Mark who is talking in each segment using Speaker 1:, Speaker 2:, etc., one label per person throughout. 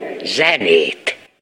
Speaker 1: zenét.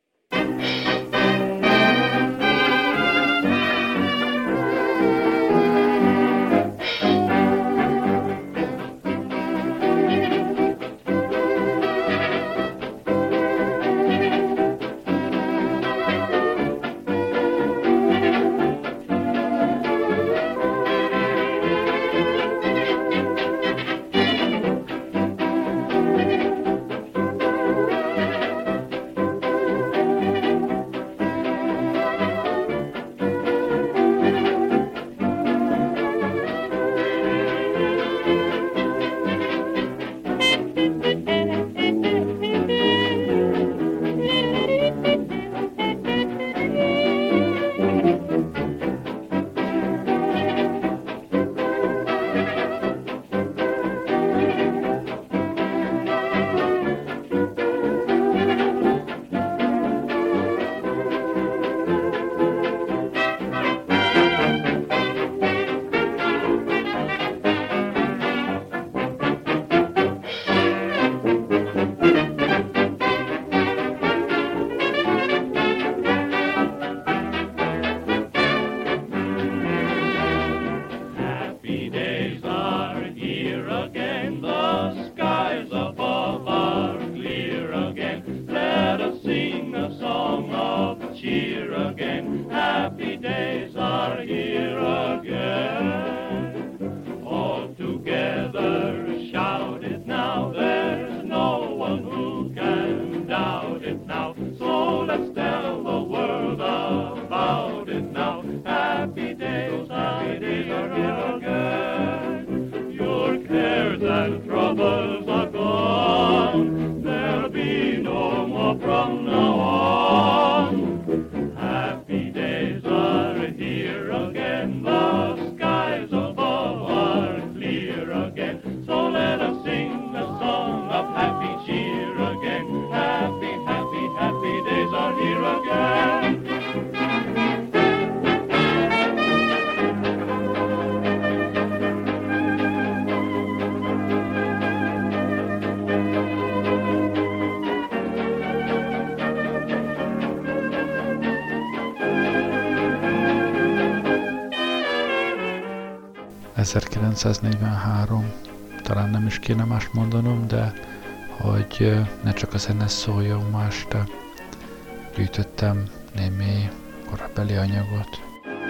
Speaker 2: ...1943, talán nem is kéne más mondanom, de hogy ne csak a zene szóljon ma este, gyűjtöttem némi korabeli anyagot.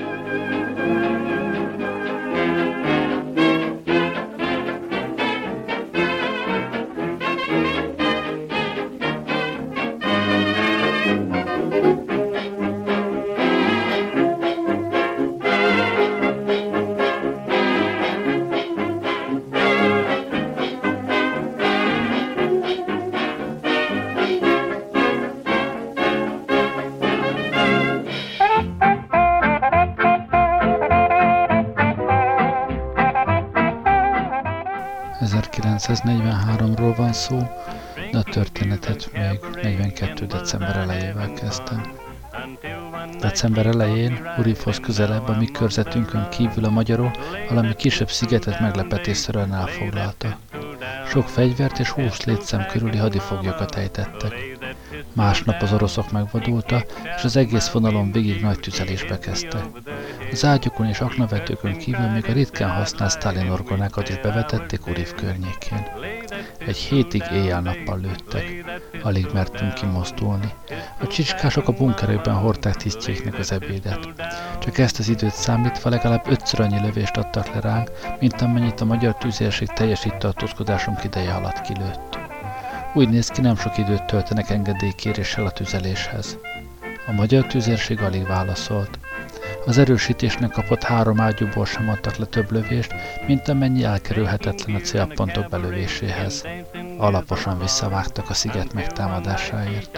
Speaker 2: ...1943-ról van szó, de a történetet még 42. december elejével kezdtem. December elején Urifhoz közelebb a mi körzetünkön kívül a magyarok valami kisebb szigetet meglepetésszerűen elfoglalta. Sok fegyvert és 20 létszám körüli hadifoglyokat ejtettek. Másnap az oroszok megvadultak, és az egész vonalon végig nagy tüzelésbe kezdtek. Az ágyukon és aknavetőkön kívül még a ritkán használt Sztálin orgonákat is bevetették Uriv környékén. Egy hétig éjjel-nappal lőttek. Alig mertünk kimozdulni. A csicskások a bunkerőkben hordták tisztjéknek az ebédet. Csak ezt az időt számítva legalább 5-ször annyi lövést adtak le ránk, mint amennyit a magyar tüzérség teljes itt tartózkodásunk ideje alatt kilőtt. Úgy néz ki, nem sok időt töltenek engedélykéréssel a tüzeléshez. A magyar tüzérség alig válaszolt. Az erősítésnek kapott 3 ágyúból sem adtak le több lövést, mint amennyi elkerülhetetlen a célpontok belövéséhez. Alaposan visszavágtak a sziget megtámadásáért.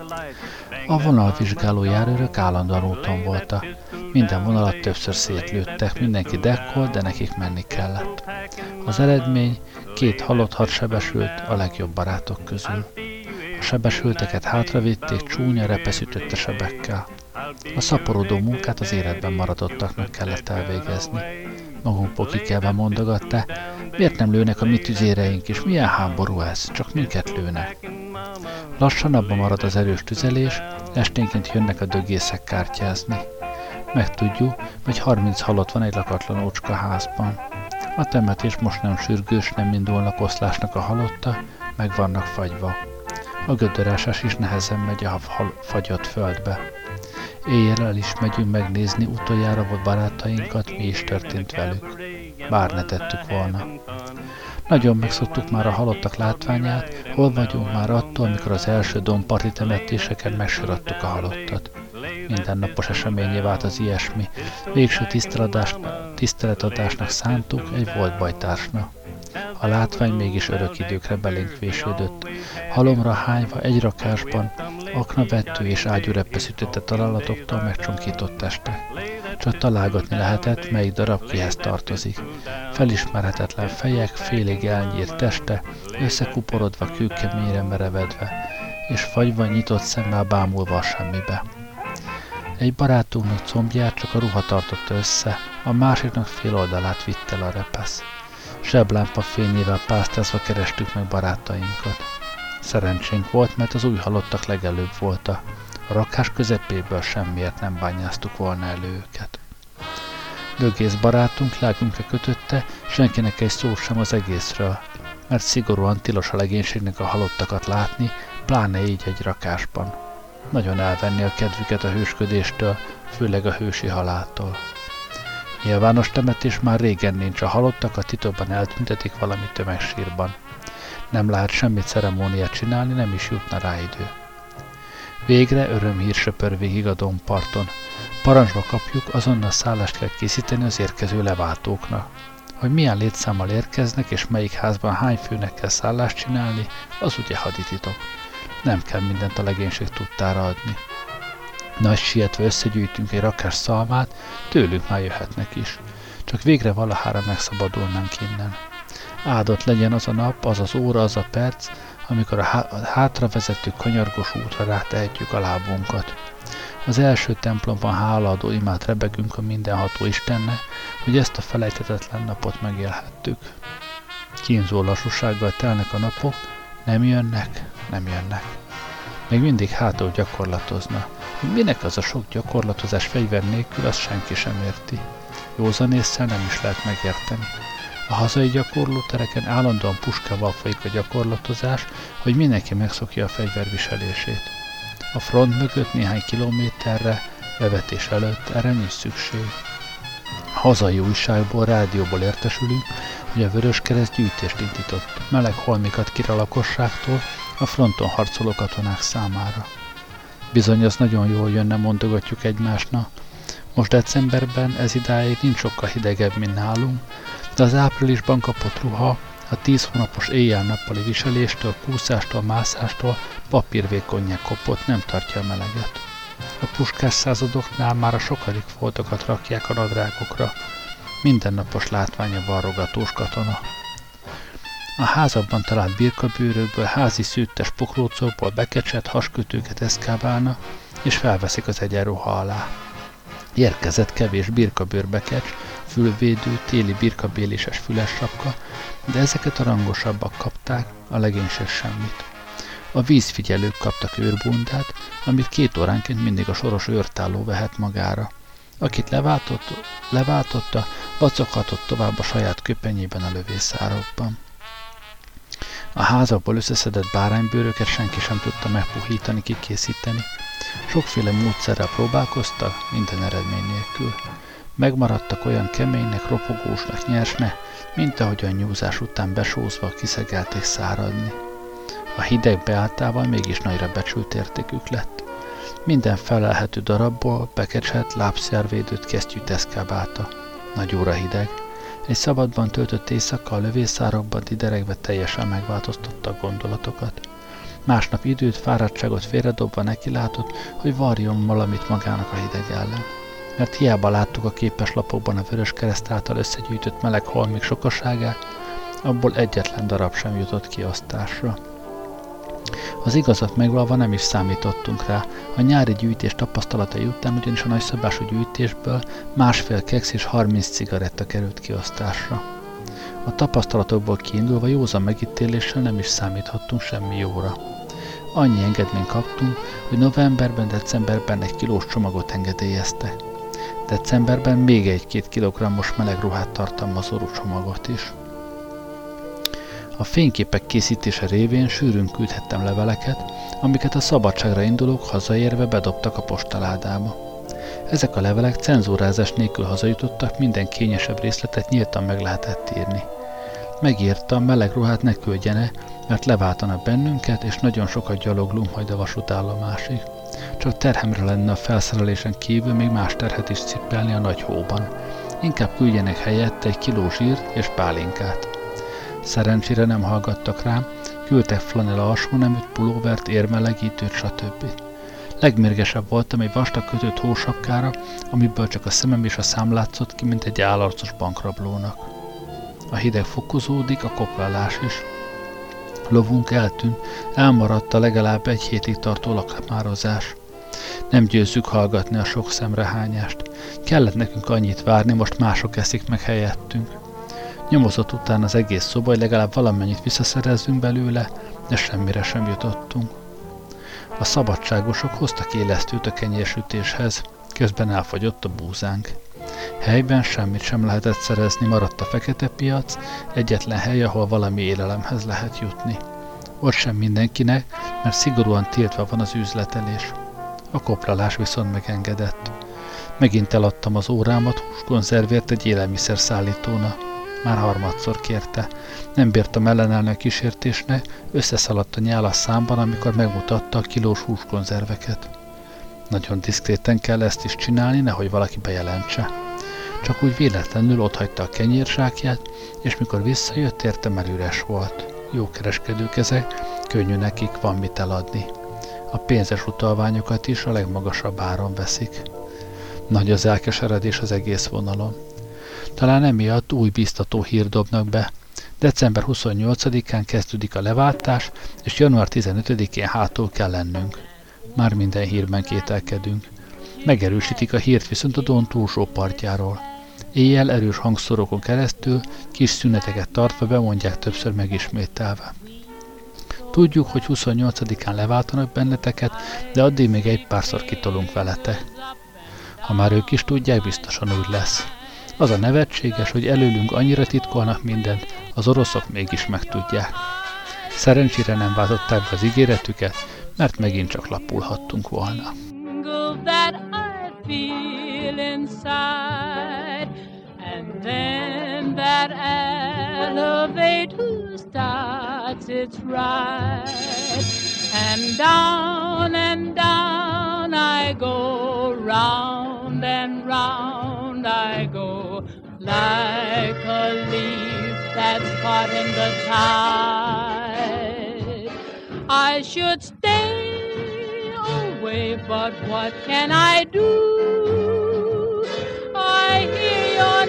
Speaker 2: A vonalvizsgáló járőrök állandóan úton voltak. Minden vonalat többször szétlőttek, mindenki dekkolt, de nekik menni kellett. Az eredmény 2 halott hadsebesült a legjobb barátok közül. A sebesülteket hátravitték csúnya, repeszütötte sebekkel. A szaporodó munkát az életben maradottaknak kellett elvégezni. Magukból kikelve mondogatta, miért nem lőnek a mi tüzéreink is, milyen háború ez, csak minket lőnek. Lassan abba marad az erős tüzelés, esténként jönnek a dögészek kártyázni. Megtudjuk, hogy 30 halott van egy lakatlan ócska házban. A temetés most nem sürgős, nem indulnak oszlásnak a halotta, meg vannak fagyva. A gödörásás is nehezen megy a fagyott földbe. Éjjel el is megyünk megnézni utoljára volt barátainkat, mi is történt velük. Bár ne tettük volna. Nagyon megszoktuk már a halottak látványát, hol vagyunk már attól, amikor az első dombparti temetéseken megsirattuk a halottat. Mindennapos eseményé vált az ilyesmi. Végső tiszteletadásnak szántuk egy volt bajtársnak. A látvány mégis örök időkre belénk vésődött. Halomra hányva egy rakásban, aknavettő és ágyúreppe szütötte találatoktól megcsonkított teste. Csak találgatni lehetett, melyik darab kihez tartozik. Felismerhetetlen fejek, félig elnyírt teste, összekuporodva kőkeményre merevedve, és fagyva nyitott szemmel bámulva a semmibe. Egy barátunknak combját csak a ruha tartotta össze, a másiknak fél oldalát vitt el a repesz. Zseblámpa fényével pásztázva kerestük meg barátainkat. Szerencsénk volt, mert az új halottak legelőbb voltak. A rakás közepéből semmiért nem bányáztuk volna elő őket. Dögész barátunk lelkünkre kötötte, senkinek egy szó sem az egészről, mert szigorúan tilos a legénységnek a halottakat látni, pláne így egy rakásban. Nagyon elvenni a kedvüket a hősködéstől, főleg a hősi haláltól. Nyilvános temetés már régen nincs, a halottakat titokban eltüntetik valami tömegsírban. Nem lehet semmit ceremóniát csinálni, nem is jutna rá idő. Végre örömhír söpör végig a dombparton. Parancsba kapjuk, azonnal szállást kell készíteni az érkező leváltóknak. Hogy milyen létszámmal érkeznek, és melyik házban hány főnek kell szállást csinálni, az ugye hadititok. Nem kell mindent a legénység tudtára adni. Nagy sietve összegyűjtünk egy rakás szalmát, tőlünk már jöhetnek is. Csak végre valahára megszabadulnánk innen. Áldott legyen az a nap, az az óra, az a perc, amikor a hátravezető kanyargós útra rátehetjük a lábunkat. Az első templomban hálaadó imát rebegünk a mindenható Istennek, hogy ezt a felejthetetlen napot megélhettük. Kínzó lassúsággal telnek a napok, nem jönnek, nem jönnek. Még mindig hátul gyakorlatozna. Minek az a sok gyakorlatozás fegyver nélkül, azt senki sem érti. Józan ésszel nem is lehet megérteni. A hazai gyakorlótereken állandóan puskával folyik a gyakorlatozás, hogy mindenki megszokja a fegyverviselését. A front mögött néhány kilométerre, bevetés előtt erre nincs szükség. A hazai újságból, rádióból értesülünk, hogy a Vöröskereszt gyűjtést indított, meleg holmikat kira lakosságtól a fronton harcoló katonák számára. Bizony, az nagyon jól jönne, mondogatjuk egymásnak. Most decemberben ez idáig nincs sokkal hidegebb, mint nálunk, de az áprilisban kapott ruha a 10 hónapos éjjel-nappali viseléstől, kúszástól, mászástól papírvékonnyá kopott, nem tartja a meleget. A puskás századoknál már a sokadik foltokat rakják a nadrágokra. Mindennapos látvány a varrogatós katona. A házakban talált birkabőrökből, házi szőttes poklócokból bekecselt haskötőket eszkáválnak, és felveszik az egyenruha alá. Érkezett kevés birkabőrbekecs, fülvédő, téli birkabéléses fülessapka, de ezeket a rangosabbak kapták, a legénység semmit. A vízfigyelők kaptak őrbundát, amit 2 óránként mindig a soros őrtálló vehet magára. Akit leváltotta, vacoghatott tovább a saját köpenyében a lövészárokban. A házakból összeszedett báránybőröket senki sem tudta megpuhítani, kikészíteni. Sokféle módszerrel próbálkoztak, minden eredmény nélkül. Megmaradtak olyan keménynek, ropogósnak, nyersnek, mint ahogyan nyúzás után besózva kiszegelték száradni. A hideg beálltával mégis nagyra becsült értékük lett. Minden felelhető darabból bekecselt lábszervédőt kesztyűt eszkábálta. Nagy óra hideg. Egy szabadban töltött éjszaka a lövészárokban dideregve teljesen megváltoztatta a gondolatokat. Másnap időt, fáradtságot félredobva nekilátott, hogy varjon valamit magának a hideg ellen. Mert hiába láttuk a képeslapokban a Vöröskereszt által összegyűjtött meleg holmik sokaságát, abból egyetlen darab sem jutott kiosztásra. Az igazat megvalva nem is számítottunk rá, a nyári gyűjtés tapasztalatai után ugyanis a nagyszabású gyűjtésből 1,5 keksz és 30 cigaretta került kiosztásra. A tapasztalatokból kiindulva józan megítéléssel nem is számíthattunk semmi jóra. Annyi engedményt kaptunk, hogy novemberben, decemberben 1 kilós csomagot engedélyezte. Decemberben még 1-2 kilogrammos meleg ruhát tartalmazó csomagot is. A fényképek készítése révén sűrűn küldhettem leveleket, amiket a szabadságra indulók hazaérve bedobtak a postaládába. Ezek a levelek cenzúrázás nélkül hazajutottak, minden kényesebb részletet nyíltan meg lehetett írni. Megírtam, meleg ruhát ne küldjene, mert leváltanak bennünket, és nagyon sokat gyaloglunk majd a vasútállomásig. Csak terhemre lenne a felszerelésen kívül még más terhet is cipelni a nagy hóban. Inkább küldjenek helyette 1 kiló zsírt és pálinkát. Szerencsére nem hallgattak rám, küldtek flanel alsóneműt, pulóvert, érmelegítőt, stb. Legmérgesebb voltam egy vastag kötött hósapkára, amiből csak a szemem és a szám látszott ki, mint egy állarcos bankrablónak. A hideg fokozódik, a koplalás is. Lovunk eltűnt, elmaradt a legalább 1 hétig tartó lakmározás. Nem győzzük hallgatni a sok szemrehányást. Kellett nekünk annyit várni, most mások eszik meg helyettünk. Nyomozott után az egész szoba, hogy legalább valamennyit visszaszerezzünk belőle, de semmire sem jutottunk. A szabadságosok hoztak élesztőt a kenyérsütéshez, közben elfogyott a búzánk. Helyben semmit sem lehetett szerezni, maradt a fekete piac, egyetlen hely, ahol valami élelemhez lehet jutni. Ott sem mindenkinek, mert szigorúan tiltva van az üzletelés. A koplalás viszont megengedett. Megint eladtam az órámat húskonzervért egy élelmiszerszállítónak. Már harmadszor kérte. Nem bírtam ellenállni a kísértésnek, összeszaladt a nyál a számban, amikor megmutatta a kilós húskonzerveket. Nagyon diszkréten kell ezt is csinálni, nehogy valaki bejelentse. Csak úgy véletlenül otthagyta a kenyérzsákját, és mikor visszajött, érte, mert üres volt. Jó kereskedők ezek, könnyű nekik, van mit eladni. A pénzes utalványokat is a legmagasabb áron veszik. Nagy az elkeseredés az egész vonalon. Talán emiatt új biztató hír dobnak be. December 28-án kezdődik a leváltás, és január 15-én hátul kell lennünk. Már minden hírben kételkedünk. Megerősítik a hírt viszont a Don túlsó partjáról. Éjjel erős hangszórokon keresztül, kis szüneteket tartva bemondják többször megismételve. Tudjuk, hogy 28-án leváltanak benneteket, de addig még egy párszor kitolunk veletek. Ha már ők is tudják, biztosan úgy lesz. Az a nevetséges, hogy előlünk annyira titkolnak mindent, az oroszok mégis megtudják. Szerencsére nem váltották be az ígéretüket, mert megint csak lapulhattunk volna. And then that elevator starts its ride, and down I go, round and round I go, like a leaf that's caught in the tide. I should stay away, but what can I do? I hear your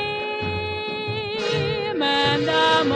Speaker 2: name and I'm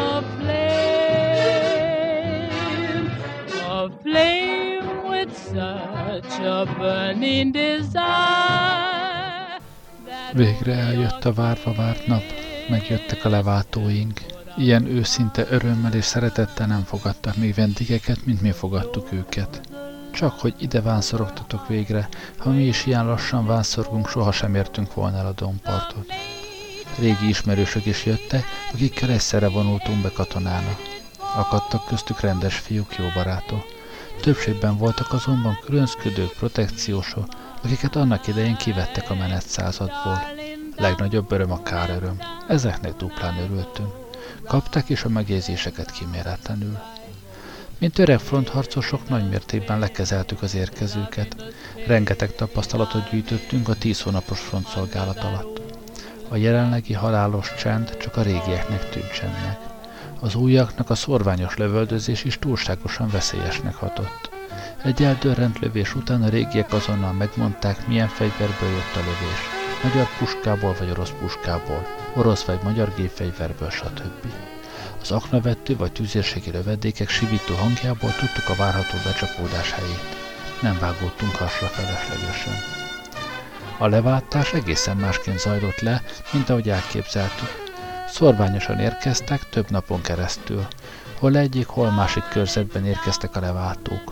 Speaker 2: aflame with such a burning desire. Végre eljött a várva várt nap, megjöttek a leváltóink. Ilyen őszinte örömmel és szeretettel nem fogadtak még vendégeket, mint mi fogadtuk őket. Csak hogy ide vánszorogtatok végre, ha mi is ilyen lassan vánszorgunk, sohasem értünk volna el a Dompartot. Régi ismerősök is jöttek, akikkel egyszerre vonultunk be katonának. Akadtak köztük rendes fiúk, jó barátok. Többségben voltak azonban különszködők, protekciósok, akiket annak idején kivettek a menetszázadból. Legnagyobb öröm a káröröm. Ezeknek duplán örültünk. Kapták is a megjegyzéseket kiméretlenül. Mint öreg frontharcosok nagymértékben lekezeltük az érkezőket. Rengeteg tapasztalatot gyűjtöttünk a 10 hónapos frontszolgálat alatt. A jelenlegi halálos csend csak a régieknek tűnt csendnek. Az újaknak a szorványos lövöldözés is túlságosan veszélyesnek hatott. Egy eldörrent lövés után a régiek azonnal megmondták, milyen fegyverből jött a lövés. Magyar puskából vagy orosz puskából, orosz vagy magyar gépfegyverből, stb. Az aknavettő vagy tüzérségi lövedékek sivító hangjából tudtuk a várható becsapódás helyét. Nem vágódtunk hasra feleslegesen. A leváltás egészen másként zajlott le, mint ahogy elképzeltük. Szorványosan érkeztek több napon keresztül. Hol egyik, hol másik körzetben érkeztek a leváltók.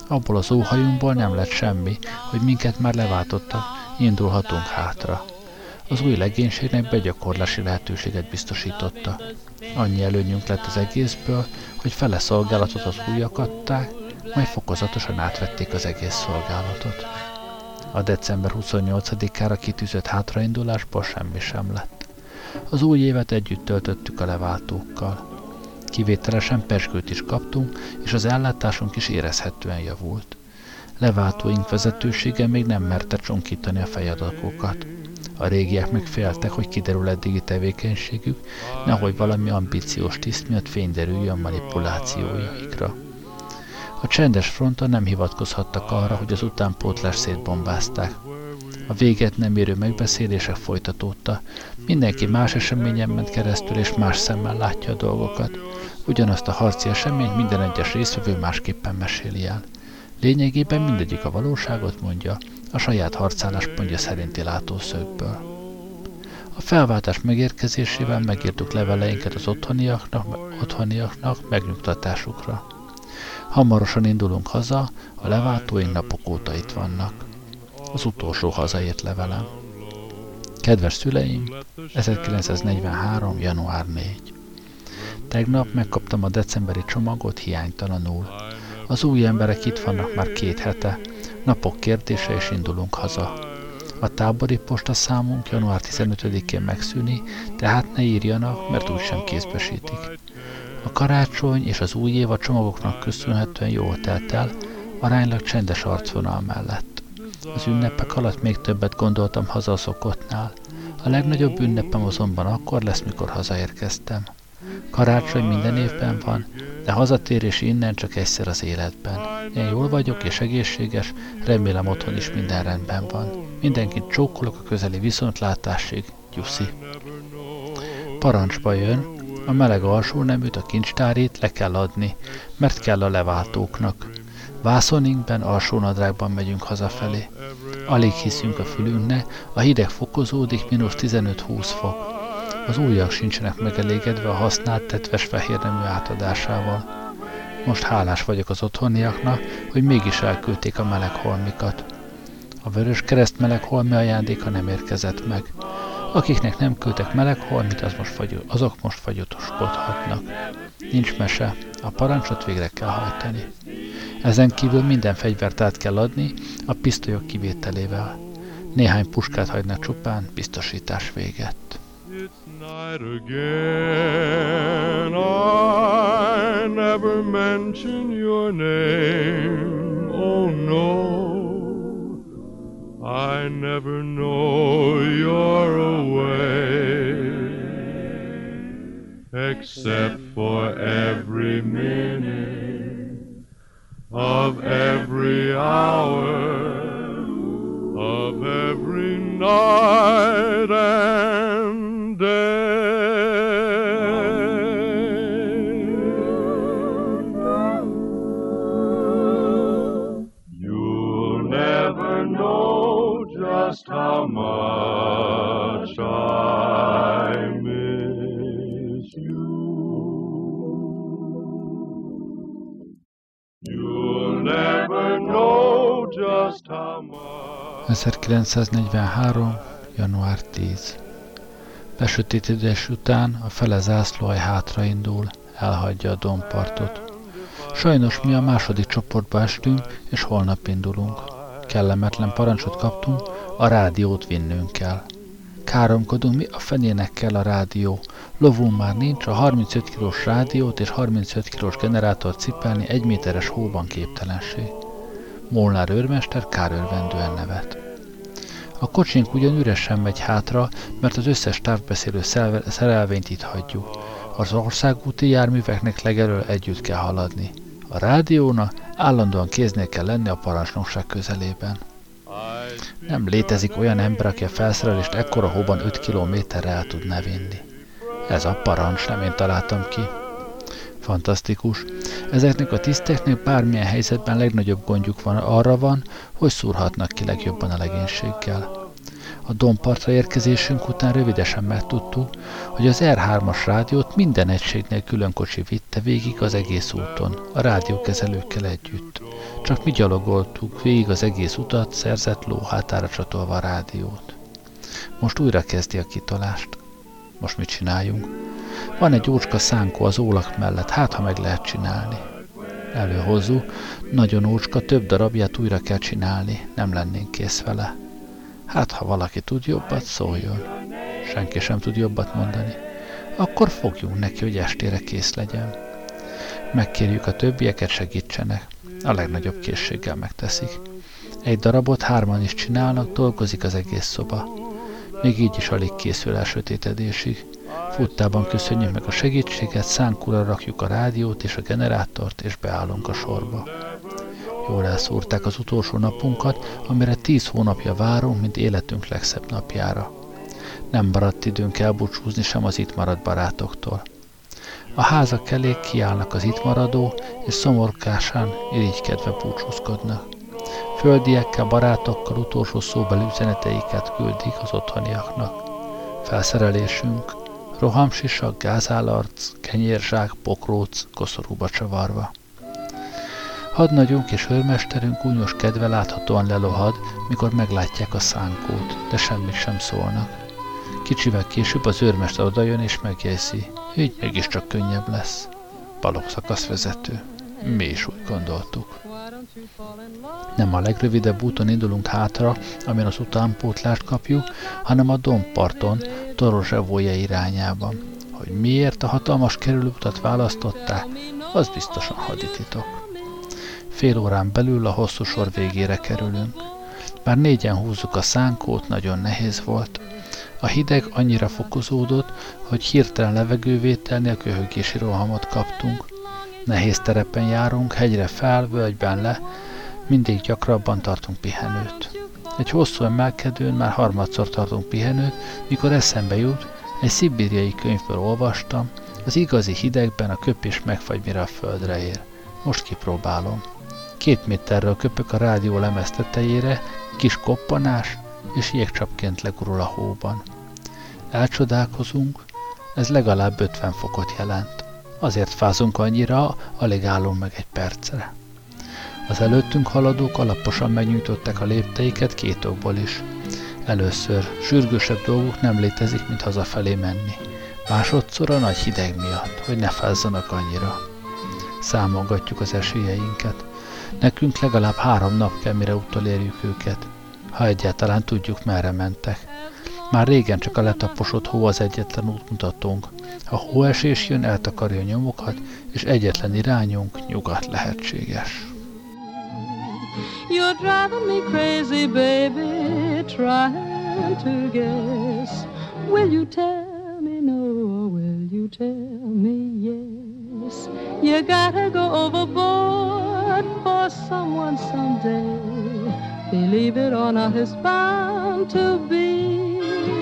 Speaker 2: Abból az óhajunkból nem lett semmi, hogy minket már leváltottak, indulhatunk hátra. Az új legénységnek begyakorlási lehetőséget biztosította. Annyi előnyünk lett az egészből, hogy fele szolgálatot az újak adták, majd fokozatosan átvették az egész szolgálatot. A december 28-ára kitűzött hátraindulásból semmi sem lett. Az új évet együtt töltöttük a leváltókkal. Kivételesen pezsgőt is kaptunk, és az ellátásunk is érezhetően javult. Leváltóink vezetősége még nem merte csonkítani a fejadakokat. A régiek meg féltek, hogy kiderül eddigi tevékenységük, nehogy valami ambíciós tiszt miatt fény derüljön manipulációjaikra. A csendes fronton nem hivatkozhattak arra, hogy az utánpótlást szétbombázták. A véget nem érő megbeszélések folytatódtak. Mindenki más eseményen ment keresztül, és más szemmel látja a dolgokat. Ugyanazt a harci eseményt minden egyes résztvevő másképpen meséli el. Lényegében mindegyik a valóságot mondja, a saját harcálláspontja szerinti látószögből. A felváltás megérkezésével megírtuk leveleinket az otthoniaknak megnyugtatásukra. Hamarosan indulunk haza, a leváltóink napok óta itt vannak. Az utolsó hazaért levelem. Kedves szüleim, 1943. január 4. Tegnap megkaptam a decemberi csomagot hiánytalanul. Az új emberek itt vannak már 2 hete, napok kérdése és indulunk haza. A tábori postaszámunk január 15-én megszűni, tehát ne írjanak, mert úgysem kézbesítik. A karácsony és az új év a csomagoknak köszönhetően jól telt el, aránylag csendes arcvonal mellett. Az ünnepek alatt még többet gondoltam haza a szokottnál. A legnagyobb ünnepem azonban akkor lesz, mikor hazaérkeztem. Karácsony minden évben van, de hazatérés innen csak egyszer az életben. Én jól vagyok és egészséges, remélem otthon is minden rendben van. Mindenkit csókolok a közeli viszontlátásig, Gyuszi. Parancsba jön, a meleg alsóneműt, a kincstárit le kell adni, mert kell a leváltóknak. Vászoninkben, alsónadrágban megyünk hazafelé. Alig hiszünk a fülünknek, a hideg fokozódik, -15-20 fok. Az újak sincsenek megelégedve a használt tetves fehérnemű átadásával. Most hálás vagyok az otthoniaknak, hogy mégis elküldték a melegholmikat. A Vöröskereszt melegholmi ajándéka nem érkezett meg. Akiknek nem küldtek melegholmit, azok most fagyotoskodhatnak. Nincs mese, a parancsot végre kell hajtani. Ezen kívül minden fegyvert át kell adni, a pisztolyok kivételével. Néhány puskát hagynak csupán, biztosítás véget.
Speaker 1: It's night again, I never mention your name, oh no, I never know you're away, except for every minute of every hour, of every night and day. You'll never know just how much I miss you. You'll never know just how much.
Speaker 2: 1943. január 10. Besötétedés után a fele zászlóalj hátraindul, elhagyja a dombpartot. Sajnos mi a második csoportba estünk, és holnap indulunk. Kellemetlen parancsot kaptunk, a rádiót vinnünk kell. Káromkodunk, mi a fenének kell a rádió. Lovunk már nincs, a 35 kilós rádiót és 35 kilós generátort cipelni 1 méteres hóban képtelenség. Molnár őrmester kárőrvendően nevet. A kocsink ugyan üresen megy hátra, mert az összes távbeszélő szerelvényt itt hagyjuk. Az országúti járműveknek legelől együtt kell haladni. A rádiónak állandóan kéznél kell lenni a parancsnokság közelében. Nem létezik olyan ember, aki a felszerelést ekkora hóban 5 kilométerre el tudná vinni. Ez a parancs, nem én találtam ki. Fantasztikus. Ezeknek a tiszteknek bármilyen helyzetben legnagyobb gondjuk arra van, hogy szúrhatnak ki legjobban a legénységgel. A dombpartra érkezésünk után rövidesen megtudtuk, hogy az R3-as rádiót minden egységnél külön kocsi vitte végig az egész úton, a rádiókezelőkkel együtt. Csak mi gyalogoltuk végig az egész utat, szerzett lóhátára csatolva a rádiót. Most újra kezdi a kitolást. Most mit csináljunk? Van egy ócska szánkó az ólak mellett, hát ha meg lehet csinálni. Előhozzuk, nagyon ócska, több darabját újra kell csinálni, nem lennénk kész vele. Hát ha valaki tud jobbat, szóljon. Senki sem tud jobbat mondani. Akkor fogjunk neki, hogy estére kész legyen. Megkérjük a többieket, segítsenek. A legnagyobb készséggel megteszik. Egy darabot 3 is csinálnak, dolgozik az egész szoba. Még így is alig készül el sötétedésig. Futtában köszönjük meg a segítséget, szánkúra rakjuk a rádiót és a generátort, és beállunk a sorba. Jól elszúrták az utolsó napunkat, amire 10 hónapja várunk, mint életünk legszebb napjára. Nem maradt időnk elbúcsúzni sem az itt maradt barátoktól. A házak elé kiállnak az itt maradó, és szomorkásán irigykedve búcsúzkodnak. Földiekkel, barátokkal utolsó szóbeli üzeneteiket küldik az otthoniaknak. Felszerelésünk: rohamsisak, gázállarc, kenyérzsák, pokróc, koszorúba csavarva. Hadnagyunk és őrmesterünk gúnyos kedve láthatóan lelohad, mikor meglátják a szánkót, de semmit sem szólnak. Kicsivel később az őrmester odajön és megjegyzi, így mégiscsak könnyebb lesz. Balogh szakaszvezető. Mi is úgy gondoltuk. Nem a legrövidebb úton indulunk hátra, amin az utánpótlást kapjuk, hanem a dombparton, Torozsevóje irányában. Hogy miért a hatalmas kerülőutat választották, az biztosan hadititok. Fél órán belül a hosszú sor végére kerülünk. Már 4-en húzzuk a szánkót, nagyon nehéz volt. A hideg annyira fokozódott, hogy hirtelen levegővételnél köhögési rohamot kaptunk. Nehéz terepen járunk, hegyre fel, völgyben le, mindig gyakrabban tartunk pihenőt. Egy hosszú emelkedőn már harmadszor tartunk pihenőt, mikor eszembe jut, egy szibériai könyvből olvastam, az igazi hidegben a köpés megfagy, mire a földre ér. Most kipróbálom. 2 méterről köpök a rádió lemez tetejére, kis koppanás, és jégcsapként legurul a hóban. Elcsodálkozunk, ez legalább 50 fokot jelent. Azért fázunk annyira, alig állunk meg egy percre. Az előttünk haladók alaposan megnyújtották a lépteiket 2 okból is. Először sürgősebb dolguk nem létezik, mint hazafelé menni. Másodszor a nagy hideg miatt, hogy ne fázzanak annyira. Számolgatjuk az esélyeinket. Nekünk legalább 3 nap kell, mire utolérjük őket. Ha egyáltalán tudjuk, merre mentek. Már régen csak a letaposott hó az egyetlen útmutatónk. Ha hóesés jön, eltakarja a nyomokat, és egyetlen irányunk nyugat lehetséges.
Speaker 3: You're driving me crazy, baby, trying to guess. Will you tell me no, or will you tell me yes? You gotta go overboard for someone someday. Believe it or not, it's bound to be.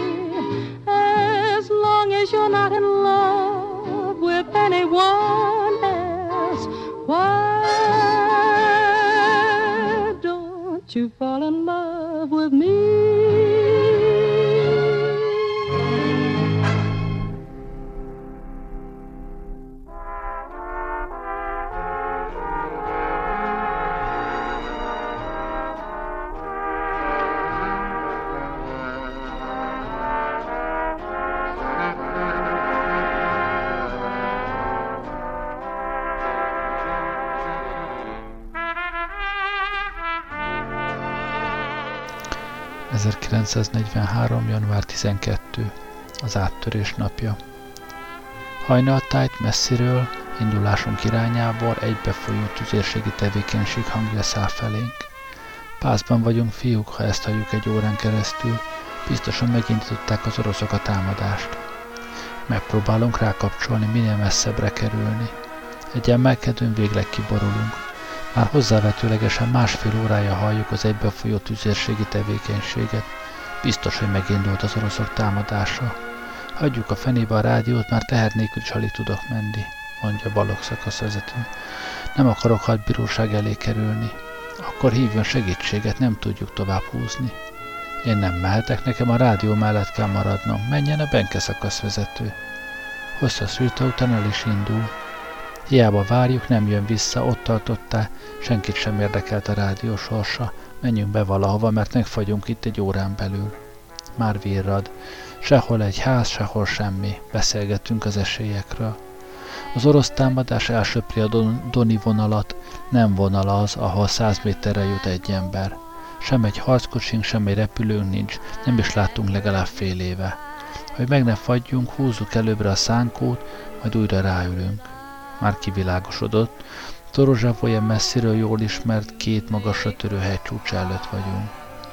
Speaker 3: As long as you're not in love with anyone else, why don't you fall in love with me?
Speaker 2: ...1943. január 12. az áttörés napja. Hajnaltájt messziről, indulásunk irányából egybefolyó tüzérségi tevékenység hangja száll felénk. Pászban vagyunk, fiúk, ha ezt halljuk egy órán keresztül, biztosan megindították az oroszok a támadást. Megpróbálunk rákapcsolni, minél messzebbre kerülni. Egy emelkedőn végleg kiborulunk. Már hozzávetőlegesen 1,5 órája halljuk az egybefolyó tüzérségi tevékenységet. Biztos, hogy megindult az oroszok támadása. Hagyjuk a fenébe a rádiót, már teher nélkül is alig tudok menni, mondja Balogh szakaszvezető. Nem akarok hadbíróság elé kerülni. Akkor hívjon segítséget, nem tudjuk tovább húzni. Én nem mehetek, nekem a rádió mellett kell maradnom. Menjen a Benke szakaszvezető. Hosszas vita után el is indul. Hiába várjuk, nem jön vissza, ott tartottál, senkit sem érdekelt a rádió sorsa. Menjünk be valahova, mert megfagyunk itt egy órán belül. Már virrad. Sehol egy ház, sehol semmi. Beszélgetünk az esélyekről. Az orosz támadás elsöpri a Doni vonalat. Nem vonal az, ahol 100 méterre jut egy ember. Sem egy harckocsink, sem egy repülőnk nincs, nem is láttunk legalább fél éve. Hogy meg ne fagyjunk, húzzuk előbbre a szánkót, majd újra ráülünk. Már kivilágosodott. Torozsavoje messziről jól ismert, 2 magasra törő hegycsúcs előtt vagyunk.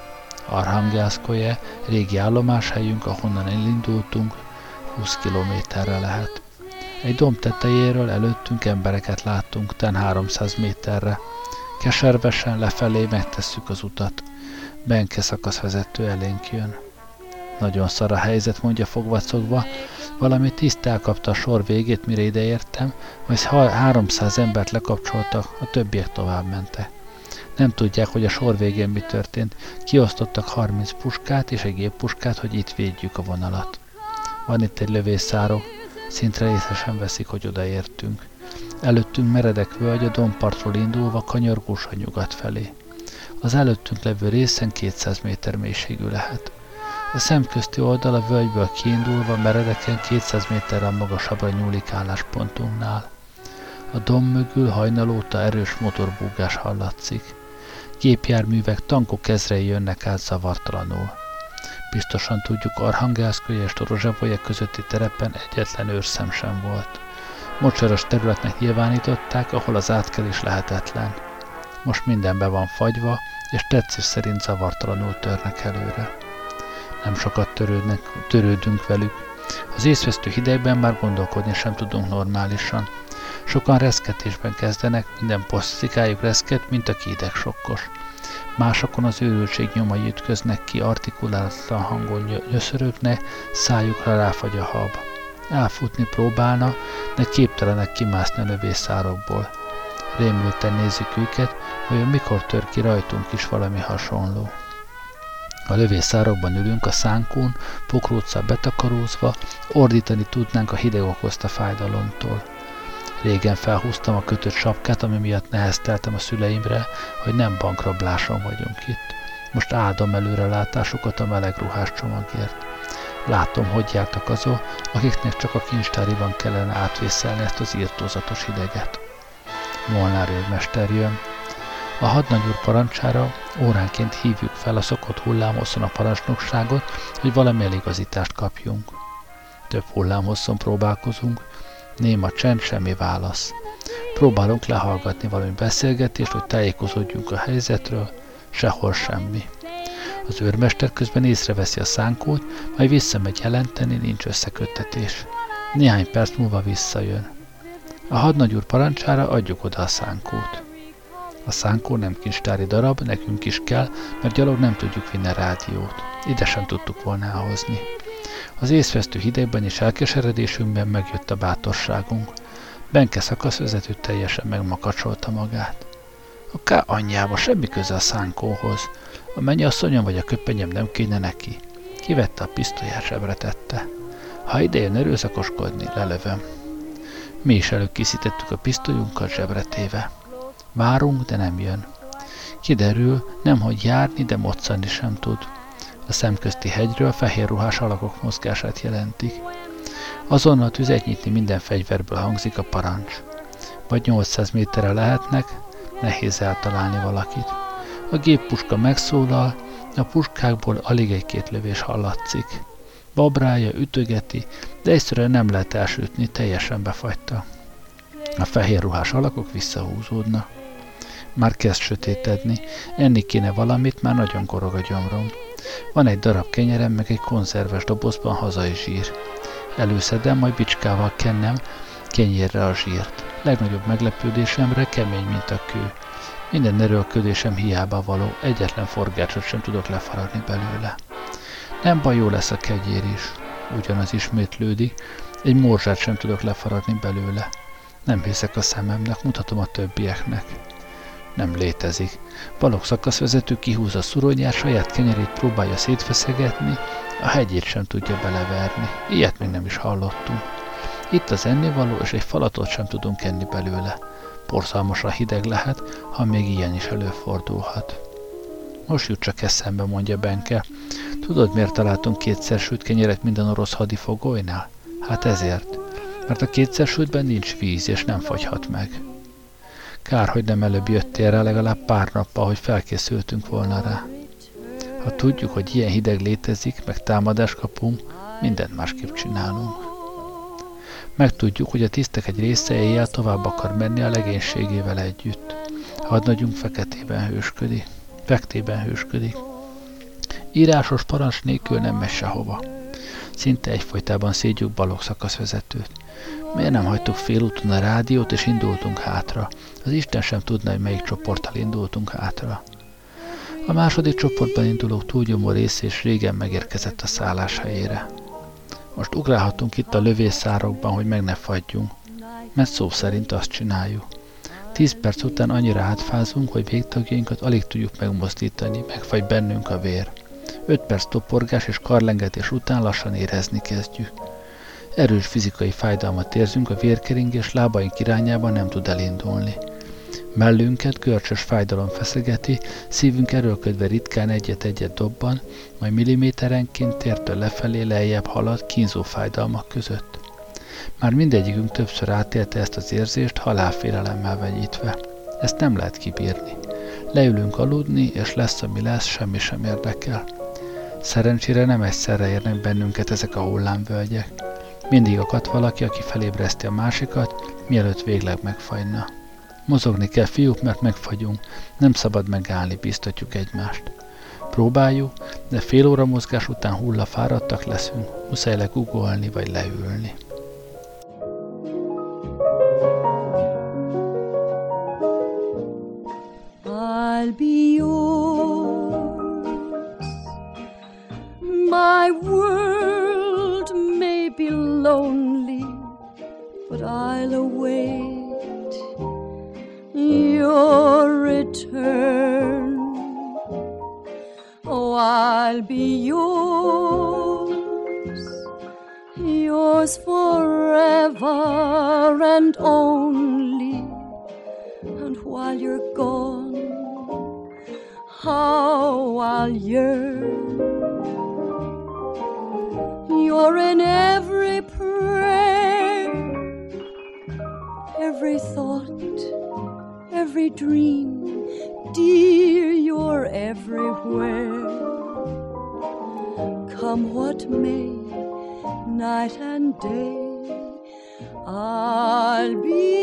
Speaker 2: Arhangelszkoje, régi állomáshelyünk, ahonnan elindultunk, 20 kilométerre lehet. Egy domb tetejéről előttünk embereket láttunk, ten 300 méterre. Keservesen lefelé megtesszük az utat. Benke szakaszvezető elénk jön. Nagyon szar a helyzet, mondja fogvacogva. Valami tiszt elkapta a sor végét, mire ide értem, majd 300 embert lekapcsoltak, a többiek tovább mentek. Nem tudják, hogy a sor végén mi történt. Kiosztottak 30 puskát és egy géppuskát, hogy itt védjük a vonalat. Van itt egy lövészárok, szintre észre sem veszik, hogy odaértünk. Előttünk meredek völgy, a dombpartról indulva kanyargósan nyugat felé. Az előttünk levő részen 200 méter mélységű lehet. A szemközti oldal a völgyből kiindulva meredeken 200 méterrel magasabbra nyúlik álláspontunknál. A domb mögül hajnal óta erős motorbúgás hallatszik. Gépjárművek, tankok ezrei jönnek át zavartalanul. Biztosan tudjuk, Arhangelszkoje és Torozsavoje közötti terepen egyetlen őrszem sem volt. Mocsaras területnek nyilvánították, ahol az átkelés lehetetlen. Most minden be van fagyva, és tetszés szerint zavartalanul törnek előre. Nem sokat törődünk velük. Az észvesztő hidegben már gondolkodni sem tudunk normálisan. Sokan reszketésben kezdenek, minden posztikájuk reszket, mint aki idegsokkos. Másokon az őrültség nyomai ütköznek ki, artikulálatlan hangon nyöszörögnek, szájukra ráfagy a hab. Elfutni próbálna, de képtelenek kimászni a lövészárokból. Rémülten nézik őket, vajon mikor tör ki rajtunk is valami hasonló. A lövészárokban ülünk a szánkón, pokróccal betakarózva, ordítani tudnánk a hideg okozta fájdalomtól. Régen felhúztam a kötött sapkát, ami miatt nehezteltem a szüleimre, hogy nem bankrabláson vagyunk itt. Most áldom előrelátásukat a meleg ruhás csomagért. Látom, hogy jártak azok, akiknek csak a kincstáriban kellene átvészelni ezt az írtózatos hideget. Molnár őrmester jön. A hadnagyúr parancsára óránként hívjuk fel a szokott hullámhosszon a parancsnokságot, hogy valami eligazítást kapjunk. Több hullámhosszon próbálkozunk, néma csend, semmi válasz. Próbálunk lehallgatni valami beszélgetést, hogy tájékozódjunk a helyzetről, sehol semmi. Az őrmester közben észreveszi a szánkót, majd visszamegy jelenteni, nincs összeköttetés. Néhány perc múlva visszajön. A hadnagyúr parancsára adjuk oda a szánkót. A szánkó nem kincstári darab, nekünk is kell, mert gyalog nem tudjuk vinni a rádiót. Ide sem tudtuk volna elhozni. Az észvesztő hidegben és elkeseredésünkben megjött a bátorságunk. Benke szakaszvezető teljesen megmakacsolta magát. A K anyjába semmi köze a szánkóhoz. A mennyasszonyom vagy a köpenyem nem kéne neki. Kivette a pisztolyát, zsebre tette. Ha idejön erőszakoskodni, lelövöm. Mi is előkészítettük a pisztolyunkat zsebre téve. Várunk, de nem jön. Kiderül, nemhogy járni, de moccani sem tud. A szemközti hegyről fehér ruhás alakok mozgását jelentik. Azonnal tüzet nyitni, minden fegyverből hangzik a parancs. Vagy 800 méterre lehetnek, nehéz eltalálni valakit. A géppuska megszólal, a puskákból alig egy-két lövés hallatszik. Babrálja, ütögeti, de egyszerűen nem lehet elsütni, teljesen befagyta. A fehér ruhás alakok visszahúzódnak. Már kezd sötétedni, enni kéne valamit, már nagyon korog a gyomrom. Van egy darab kenyerem, meg egy konzerves dobozban hazai zsír. Előszedem, majd bicskával kennem kenyérre a zsírt. Legnagyobb meglepődésemre kemény, mint a kő. Minden erőlködésem hiába való, egyetlen forgácsot sem tudok lefaragni belőle. Nem baj, jó lesz a kenyér is. Ugyanaz ismétlődik, egy morzsát sem tudok lefaragni belőle. Nem hiszek a szememnek, mutatom a többieknek. Nem létezik. Balogh szakaszvezető kihúz a szuronyát, saját kenyerét próbálja szétfeszegetni, a hegyét sem tudja beleverni. Ilyet még nem is hallottunk. Itt az ennivaló, és egy falatot sem tudunk enni belőle. Borzalmasan hideg lehet, ha még ilyen is előfordulhat. Most jut csak eszembe, mondja Benke. Tudod, miért találtunk kétszer sült kenyeret minden orosz hadifogolynál? Hát ezért. Mert a kétszer sültben nincs víz, és nem fagyhat meg. Kár, hogy nem előbb jöttél rá legalább pár nappal, hogy felkészültünk volna rá. Ha tudjuk, hogy ilyen hideg létezik, meg támadást kapunk, mindent másképp csinálunk. Megtudjuk, hogy a tisztek egy része éjjel tovább akar menni a legénységével együtt. Hadnagyunk fektében hősködik. Írásos parancs nélkül nem megy sehova. Szinte egyfolytában szédjük Balogh szakaszvezetőt. Miért nem hagytuk félúton a rádiót, és indultunk hátra? Az Isten sem tudna, hogy melyik csoporttal indultunk hátra. A második csoportban indulók túlnyomó része is régen megérkezett a szállás helyére. Most ugrálhatunk itt a lövészárokban, hogy meg ne fagyjunk, mert szó szerint azt csináljuk. 10 perc után annyira átfázunk, hogy végtagjainkat alig tudjuk megmozdítani, megfagy bennünk a vér. 5 perc toporgás és karlengetés után lassan érezni kezdjük. Erős fizikai fájdalmat érzünk, a vérkeringés lábaink irányában nem tud elindulni. Mellünket görcsös fájdalom feszegeti, szívünk erőlködve ritkán egyet-egyet dobban, majd milliméterenként tértől lefelé lejjebb halad kínzó fájdalmak között. Már mindegyikünk többször átélte ezt az érzést, halálfélelemmel vegyítve. Ezt nem lehet kibírni. Leülünk aludni, és lesz, ami lesz, semmi sem érdekel. Szerencsére nem egyszerre érnek bennünket ezek a hullámvölgyek. Mindig akad valaki, aki felébreszti a másikat, mielőtt végleg megfagyna. Mozogni kell, fiúk, mert megfagyunk. Nem szabad megállni, biztatjuk egymást. Próbáljuk, de fél óra mozgás után hullafáradtak leszünk. Muszáj legugolni vagy leülni.
Speaker 3: I'll be yours. My world may be lonely, but I'll await your return. Oh, I'll be yours forever and only. And while you're gone, how I'll yearn. You're in every prayer, every thought, every dream. Dear, you're everywhere. Come what may, night and day, I'll be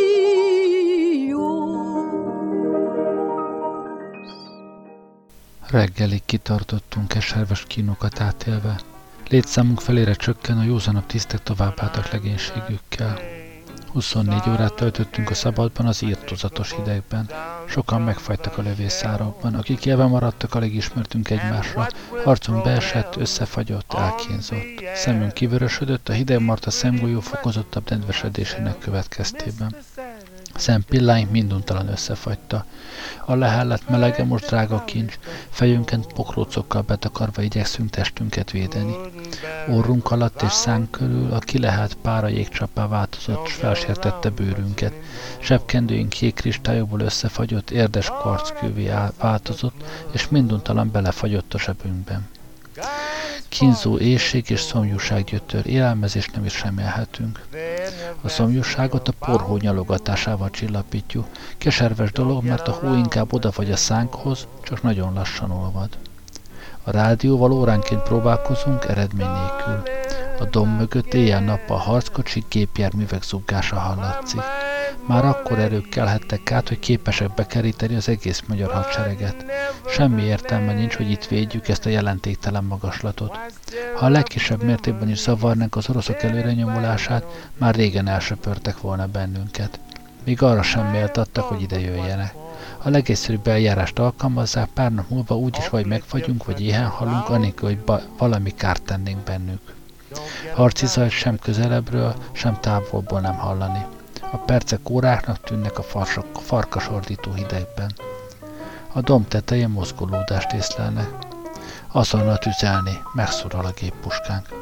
Speaker 3: yours.
Speaker 2: Reggelig kitartottunk keserves kínokat átélve. Létszámunk felére csökken, a józanabb tisztek továbbálltak legénységükkel. 24 órát töltöttünk a szabadban az írtózatos hidegben. Sokan megfagytak a lövészárokban, akik élve maradtak, alig ismertünk egymásra. Arcunk beesett, összefagyott, elkínzott. Szemünk kivörösödött, a hidegmarta szemgolyó fokozottabb nedvesedésének következtében. Szempilláink minduntalan összefagyta. A lehellet melege most drága kincs, fejünken pokrócokkal betakarva igyekszünk testünket védeni. Orrunk alatt és szánk körül a kilehelt pára jégcsappá változott, s felsértette bőrünket. Zsebkendőink jégkristályokból összefagyott, érdes karckővé változott, és minduntalan belefagyott a zsebünkben. Kínzó éhség és szomjúság gyötör, élelmezést nem is remélhetünk. A szomjúságot a porhó nyalogatásával csillapítjuk. Keserves dolog, mert a hó inkább odafagy a szánkhoz, csak nagyon lassan olvad. A rádióval óránként próbálkozunk, eredmény nélkül. A domb mögött éjjel-nappal harckocsik, gépjárművek zuggása hallatszik. Már akkor erők kelhettek át, hogy képesek bekeríteni az egész magyar hadsereget. Semmi értelme nincs, hogy itt védjük ezt a jelentéktelen magaslatot. Ha a legkisebb mértékben is zavarnánk az oroszok előrenyomulását, már régen elsöpörtek volna bennünket. Még arra sem méltattak, hogy ide jöjjenek. A legegyszerűbb eljárást alkalmazzák, pár nap múlva úgyis vagy megfagyunk, vagy éhen halunk, anélkül, hogy valami kárt tennénk bennük. Harci zajt sem közelebbről, sem távolból nem hallani. A percek óráknak tűnnek a farkasordító hidegben. A domb tetején mozgolódást észlelnek. Azonnal tüzelni, megszorral a géppuskánk.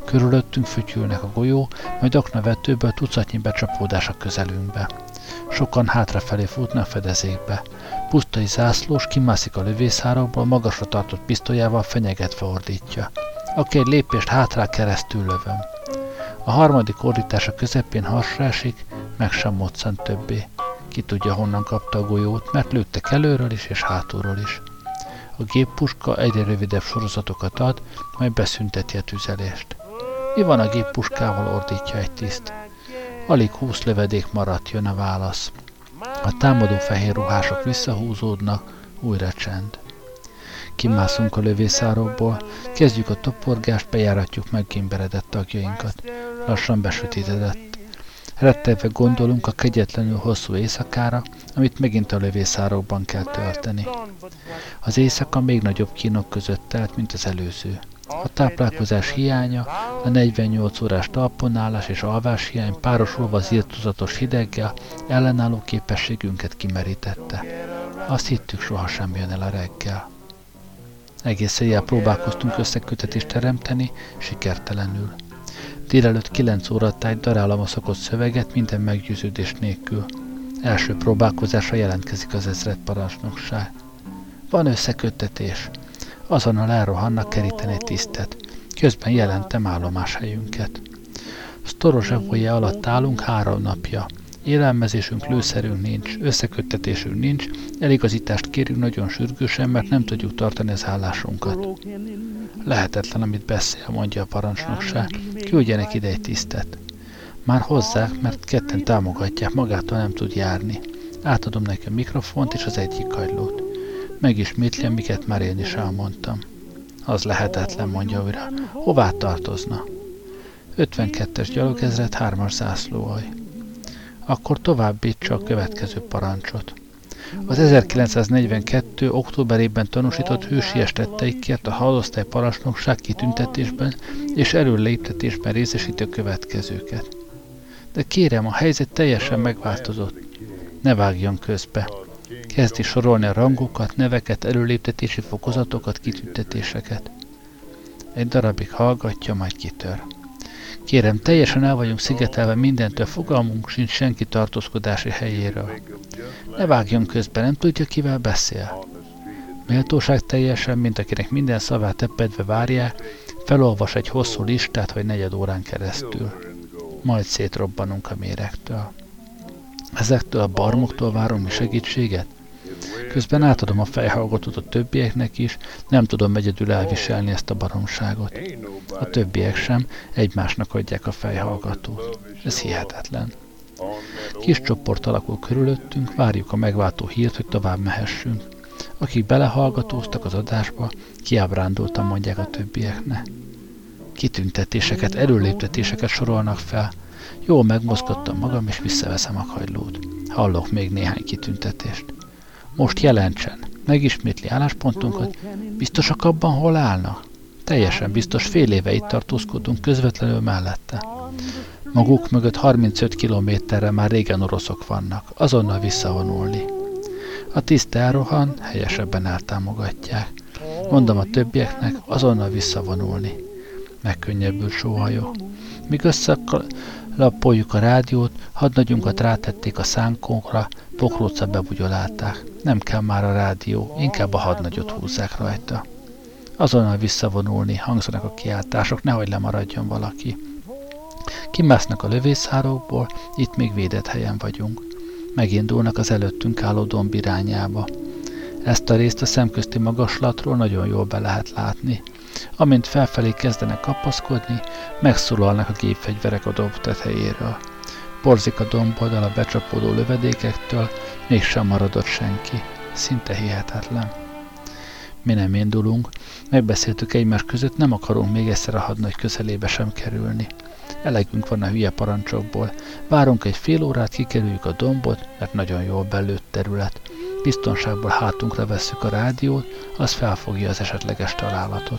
Speaker 2: Körülöttünk fütyülnek a golyó, majd aknavetőből tucatnyi becsapódás a közelünkbe. Sokan hátrafelé futnak fedezékbe. Pusztai zászlós kimászik a lövészárokból, magasra tartott pisztolyával fenyegetve ordítja. Aki egy lépést hátrá, keresztül lövöm. A harmadik ordítása közepén hasra esik, meg sem moccant többé. Ki tudja, honnan kapta a golyót, mert lőttek előről is és hátulról is. A géppuska egyre rövidebb sorozatokat ad, majd beszünteti a tüzelést. Mi van a géppuskával, ordítja egy tiszt. Alig 20 lövedék maradt, jön a válasz. A támadó fehér ruhások visszahúzódnak, újra csend. Kimászunk a lövészárokból, kezdjük a toporgást, bejáratjuk meggémberedett tagjainkat. Lassan besötétedett. Rettegve gondolunk a kegyetlenül hosszú éjszakára, amit megint a lövészárokban kell tölteni. Az éjszaka még nagyobb kínok között telt, mint az előző. A táplálkozás hiánya, a 48 órás talponálás és alvás hiány párosulva az irtózatos hideggel ellenálló képességünket kimerítette. Azt hittük, sohasem jön el a reggel. Egész éjjel próbálkoztunk összekötetést teremteni, sikertelenül. Délelőtt 9 óratáig darálom a szokott szöveget minden meggyőződés nélkül. Első próbálkozásra jelentkezik az ezredparancsnokság. Van összeköttetés. Azonnal elrohannak keríteni egy tisztet. Közben jelentem állomáshelyünket. Sztorozsevóje alatt állunk 3 napja. Élelmezésünk, lőszerünk nincs, összeköttetésünk nincs, eligazítást kérünk nagyon sürgősen, mert nem tudjuk tartani az állásunkat. Lehetetlen, amit beszél, mondja a parancsnokság. Küldjenek ide egy tisztet. Már hozzák, mert ketten támogatják, magától nem tud járni. Átadom neki a mikrofont és az egyik kagylót. Megismétlem, miket már én is elmondtam. Az lehetetlen, mondja újra. Hová tartozna? 52-es gyalogezred, 3-as zászlóalj. Akkor továbbítsa a következő parancsot. Az 1942. októberében tanúsított hősies tetteikért a hadosztály parancsnokság kitüntetésben és előléptetésben részesíti a következőket. De kérem, a helyzet teljesen megváltozott. Ne vágjon közbe. Kezdi sorolni a rangokat, neveket, előléptetési fokozatokat, kitüntetéseket. Egy darabig hallgatja, majd kitör. Kérem, teljesen el vagyunk szigetelve mindentől, fogalmunk sincs senki tartózkodási helyéről. Ne vágjon közben, nem tudja, kivel beszél. Méltóság teljesen, mint akinek minden szavát tepedve várják, felolvas egy hosszú listát, vagy 4 órán keresztül. Majd szétrobbanunk a méregtől. Ezektől a barmoktól várom mi segítséget? Közben átadom a fejhallgatót a többieknek is, nem tudom egyedül elviselni ezt a baromságot. A többiek sem, egymásnak adják a fejhallgatót. Ez hihetetlen. Kis csoport alakul körülöttünk, várjuk a megváltó hírt, hogy tovább mehessünk. Akik belehallgatóztak az adásba, kiábrándultan mondják a többieknek. Kitüntetéseket, előléptetéseket sorolnak fel. Jól megmozgattam magam, és visszaveszem a kagylót. Hallok még néhány kitüntetést. Most jelentsen. Megismétli álláspontunkat. Biztosak abban, hol állnak? Teljesen biztos, fél éve itt tartózkodunk közvetlenül mellette. Maguk mögött 35 kilométerre már régen oroszok vannak. Azonnal visszavonulni. A tiszt elrohan, helyesebben eltámogatják. Mondom a többieknek, azonnal visszavonulni. Megkönnyebbült sóhajó. Míg összelapoljuk a rádiót, hadnagyunkat rátették a szánkónkra, pokróccal bebugyolálták. Nem kell már a rádió, inkább a hadnagyot húzzák rajta. Azonnal visszavonulni, hangzanak a kiáltások, nehogy lemaradjon valaki. Kimásznak a lövészárokból, itt még védett helyen vagyunk. Megindulnak az előttünk álló domb irányába. Ezt a részt a szemközti magaslatról nagyon jól be lehet látni. Amint felfelé kezdenek kapaszkodni, megszólalnak a gépfegyverek a domb tetejéről. Porzik a domboldal a becsapódó lövedékektől, mégsem maradott senki. Szinte hihetetlen. Mi nem indulunk, megbeszéltük egymás között, nem akarunk még egyszer a hadnagy közelébe sem kerülni. Elegünk van a hülye parancsokból. Várunk egy fél órát, kikerüljük a dombot, mert nagyon jól belőtt terület. Biztonságból hátunkra vesszük a rádiót, az felfogja az esetleges találatot.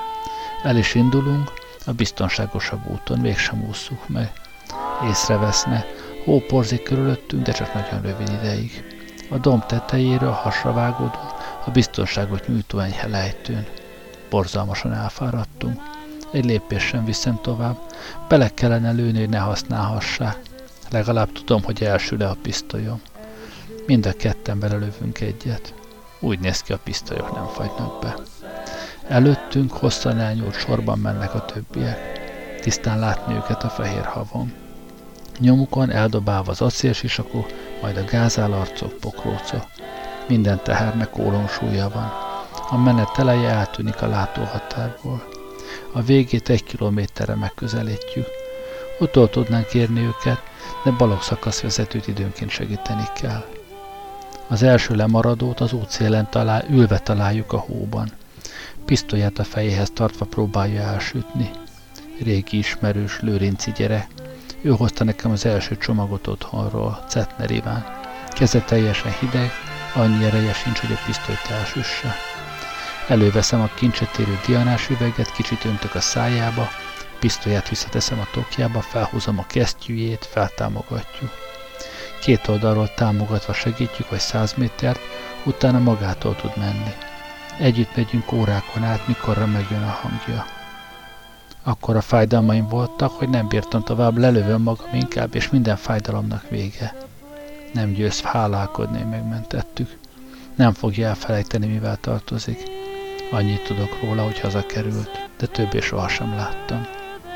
Speaker 2: El is indulunk, a biztonságosabb úton mégsem ússzuk meg. Észreveszne, hó porzik körülöttünk, de csak nagyon rövid ideig. A domb tetejéről hasra vágódunk, a biztonságot nyújtó enyhe lejtőn. Borzalmasan elfáradtunk. egy lépés sem viszem tovább. Bele kellene lőni, hogy ne használhassák. Legalább tudom, hogy elsül-e a pisztolyom. Mind a ketten belelövünk egyet. Úgy néz ki, a pisztolyok nem fagynak be. Előttünk hosszan elnyúlt sorban mennek a többiek. Tisztán látni őket a fehér havon. Nyomukon eldobálva az acélsisakok, majd a gázálarcok, pokrócok. Minden tehernek ólomsúlya van. A menet eleje eltűnik a látóhatárból. A végét 1 kilométerre megközelítjük. Utol tudnánk érni őket, de balogszakaszvezetőt időnként segíteni kell. Az első lemaradót az útszélen ülve találjuk a hóban. Pisztolyát a fejéhez tartva próbálja elsütni. Régi ismerős, lőrinci gyerek. Ő hozta nekem az első csomagot otthonról, Cetner Iván. Keze teljesen hideg, annyi ereje sincs, hogy a pisztolyt elsüsse. Előveszem a kincset érő dianás üveget, kicsit öntök a szájába, pisztolyát visszateszem a tokjába, felhúzom a kesztyűjét, feltámogatjuk. 2 oldalról támogatva segítjük, vagy 100 métert, utána magától tud menni. Együtt megyünk órákon át, mikorra megjön a hangja. Akkora fájdalmaim voltak, hogy nem bírtam tovább, lelövöm magam inkább, és minden fájdalomnak vége. Nem győz hálálkodni, hogy megmentettük. Nem fogja elfelejteni, mivel tartozik. Annyit tudok róla, hogy hazakerült, de többé sohasem láttam.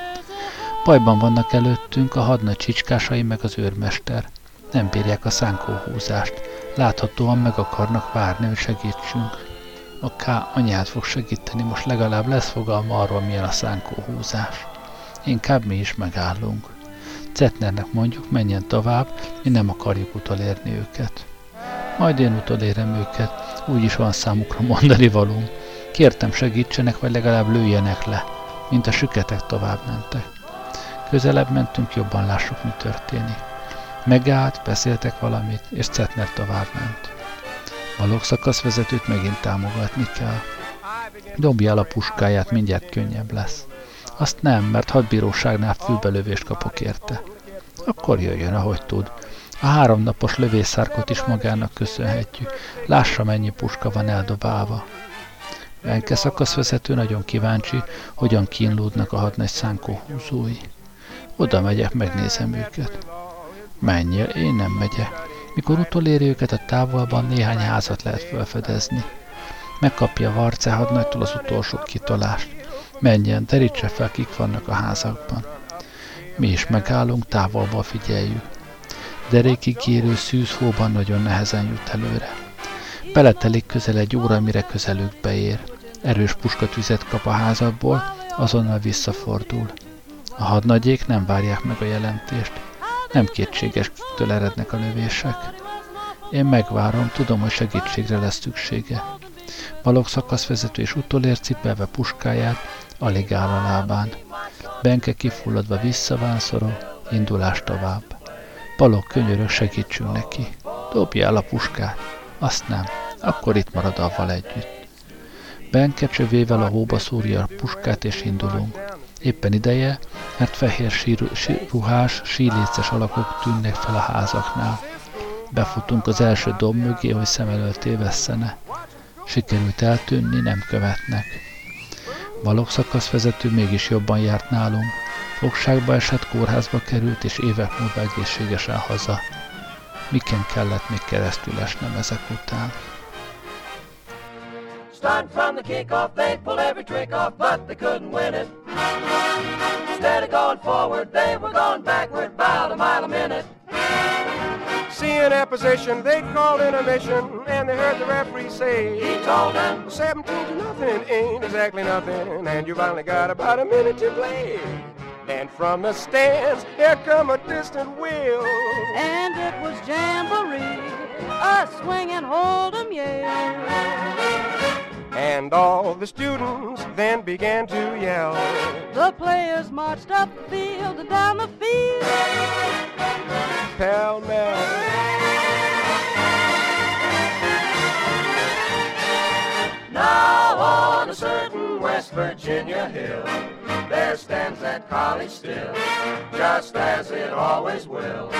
Speaker 2: Bajban vannak előttünk a hadnagy csicskásai meg az őrmester. Nem bírják a szánkóhúzást. Láthatóan meg akarnak várni, hogy segítsünk. A K anyát fog segíteni, most legalább lesz fogalma arról, milyen a szánkóhúzás. Inkább mi is megállunk. Cetnernek mondjuk, menjen tovább, mi nem akarjuk utolérni őket. Majd én utolérem őket, úgyis van számukra mondani valóm. Kértem, segítsenek, vagy legalább lőjenek le, mint a süketek tovább mentek. Közelebb mentünk, jobban lássuk, mi történik. Megállt, beszéltek valamit, és Cetner tovább ment. A logszakaszvezetőt megint támogatni kell. Dobja el a puskáját, mindjárt könnyebb lesz. Azt nem, mert hadbíróságnál fülbelövést kapok érte. Akkor jöjjön, ahogy tud. A 3 napos lövészárkot is magának köszönhetjük. Lássa, mennyi puska van eldobálva. Benke szakaszvezető nagyon kíváncsi, hogyan kínlódnak a hadnagy szánkóhúzói. Oda megyek, megnézem őket. Menjél, én nem megyek. Mikor utoléri őket a távolban, néhány házat lehet felfedezni. Megkapja Varce hadnagytól az utolsó kitolást. Menjen, terítse fel, kik vannak a házakban. Mi is megállunk, távolból figyeljük. Derékig érő szűz hóban nagyon nehezen jut előre. Beletelik közel 1 óra, mire közelük beér. Erős puskatüzet kap a házakból, azonnal visszafordul. A hadnagyék nem várják meg a jelentést. Nem kétséges, kiktől erednek a lövések. Én megvárom, tudom, hogy segítségre lesz szüksége. Balogh szakaszvezető és utolér cipelve puskáját, alig áll a lábán. Benke kifulladva visszavánszorol, indulás tovább. Balogh könyörög, segítsünk neki. Dobja el a puskát. Azt nem, akkor itt marad avval együtt. Benke csövével a hóba szúrja a puskát, és indulunk. Éppen ideje, mert fehér ruhás, síléces alakok tűnnek fel a házaknál. Befutunk az első domb mögé, hogy szem elől tévesszene. Sikerült eltűnni, nem követnek. Balogh szakaszvezető mégis jobban járt nálunk. Fogságba esett, kórházba került, és évek múlva egészségesen haza. Miken kellett még keresztül esnem ezek után.
Speaker 4: Starting from the kickoff, they pulled every trick off, but they couldn't win it. Instead of going forward, they were going backward, about a mile a minute.
Speaker 1: Seeing opposition, they called intermission, and they heard the referee say,
Speaker 4: He told them,
Speaker 1: 17-0 ain't exactly nothing, and you've only got about a minute to play. And from the stands, here come a distant wheel.
Speaker 3: And it was Jamboree, a swinging hold'em yell.
Speaker 1: And all the students then began to yell.
Speaker 3: The players marched up the field and down the field.
Speaker 1: Pell-mell.
Speaker 4: Now on a certain West Virginia hill, there stands that college still, just as it always will.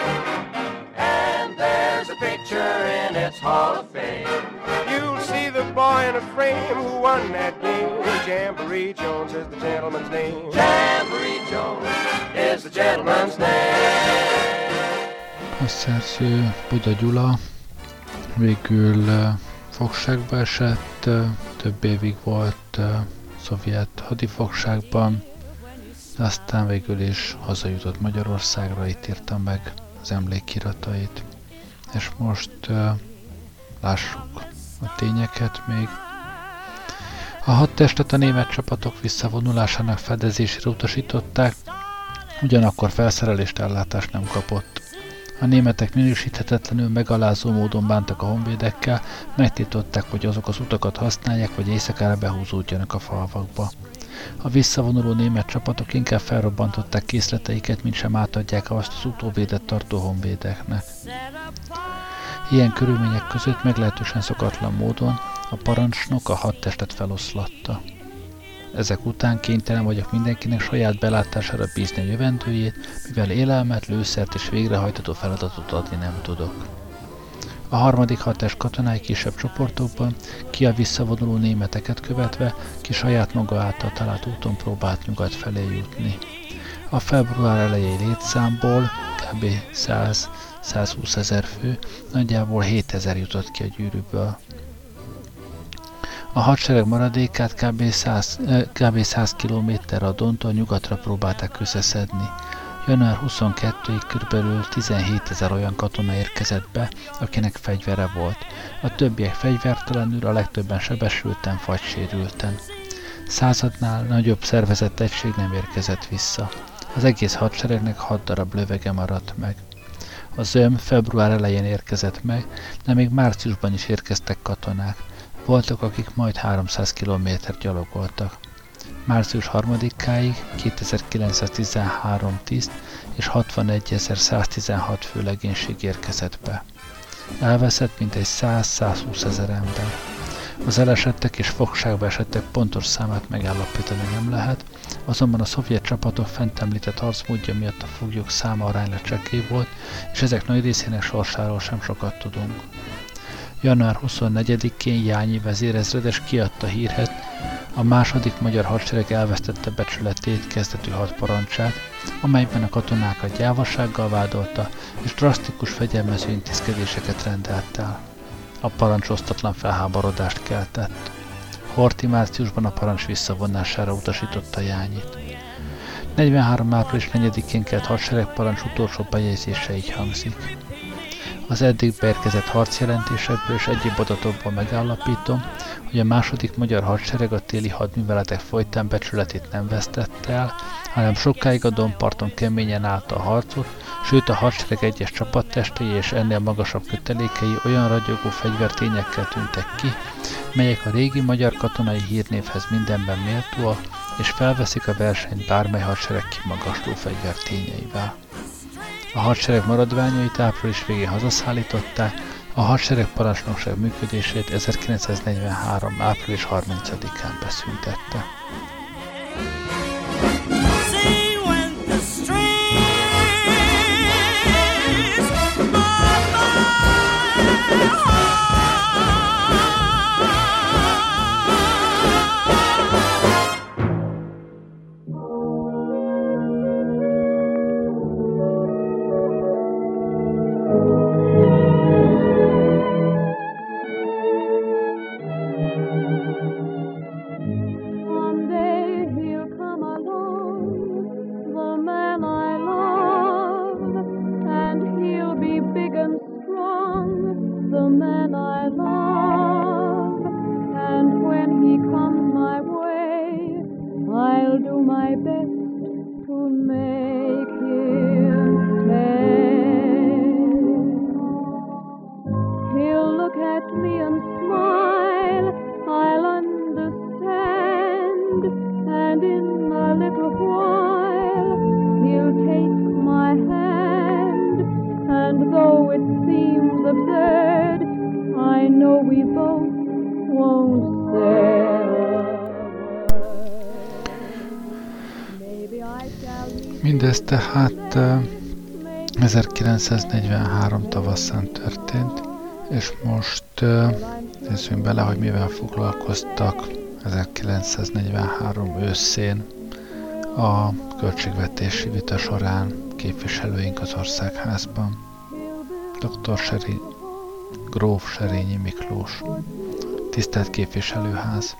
Speaker 4: And there's a picture in its Hall of Fame.
Speaker 1: You'll see the boy in a frame who won that game. Jamboree Jones is the gentleman's name.
Speaker 4: Jamboree Jones is the gentleman's name.
Speaker 2: A szerző Buda Gyula végül fogságba esett, több évig volt szovjet hadifogságban, aztán végül is hazajutott Magyarországra, itt írta meg az emlékiratait. És most lássuk a tényeket még. A hadtestet a német csapatok visszavonulásának fedezésére utasították, ugyanakkor felszerelést, ellátást nem kapott. A németek minősíthetetlenül megalázó módon bántak a honvédekkel, megtiltották, hogy azok az utakat használják, vagy éjszakára behúzódjanak a falvakba. A visszavonuló német csapatok inkább felrobbantották készleteiket, mint sem átadják azt az utóvédet tartó honvédeknek. Ilyen körülmények között meglehetősen szokatlan módon a parancsnok a hadtestet feloszlatta. Ezek után kénytelen vagyok mindenkinek saját belátására bízni a jövendőjét, mivel élelmet, lőszert és végrehajtató feladatot adni nem tudok. A harmadik hadtest katonái kisebb csoportokban, ki a visszavonuló németeket követve, ki saját maga által talált úton próbált nyugat felé jutni. A február elejei létszámból kb. 100-120 ezer fő, nagyjából 7000 jutott ki a gyűrűből. A hadsereg maradékát kb. 100 kilométerre a Dontól nyugatra próbálták összeszedni. Január 22-ig kb. 17 000 olyan katona érkezett be, akinek fegyvere volt. A többiek fegyvertelenül, a legtöbben sebesülten vagy sérülten. 100-nál nagyobb szervezett egység nem érkezett vissza. Az egész hadseregnek 6 darab lövege maradt meg. A zöm február elején érkezett meg, de még márciusban is érkeztek katonák. Voltak, akik majd 300 kilométert gyalogoltak. Március 3-áig 2913 tiszt és 61.116 fő legénység érkezett be. Elveszett mintegy 100-120 ezer ember. Az elesettek és fogságba esettek pontos számát megállapítani nem lehet, azonban a szovjet csapatok fent említett harcmódja miatt a foglyok száma aránylag csekély volt, és ezek nagy részének sorsáról sem sokat tudunk. Január 24-én Jányi vezérezredes kiadta hírhet, a második magyar hadsereg elvesztette becsületét kezdetű hadparancsát, amelyben a katonákat gyávasággal vádolta és drasztikus fegyelmező intézkedéseket rendelt el. A parancs osztatlan felháborodást keltett. Horthy márciusban a parancs visszavonására utasította Jányit. 43. április 4-én kelt hadseregparancs utolsó bejegyzése így hangzik. Az eddig beérkezett harcjelentésekből és egyéb adatokból megállapítom, hogy a második magyar hadsereg a téli hadműveletek folytán becsületét nem vesztette el, hanem sokáig a Donparton keményen állta a harcot, sőt a hadsereg egyes csapattestei és ennél magasabb kötelékei olyan ragyogó fegyvertényekkel tűntek ki, melyek a régi magyar katonai hírnévhez mindenben méltóak, és felveszik a versenyt bármely hadsereg kimagasló fegyvertényeivel. A hadsereg maradványait április végén hazaszállították, a hadsereg parancsnokság működését 1943. április 30-án beszüntette. Mindez tehát 1943 tavaszán történt, és most Nézzünk bele, hogy mivel foglalkoztak 1943 őszén a költségvetési vita során képviselőink az Országházban. Dr. Gróf Serényi Miklós. Tisztelt Képviselőház!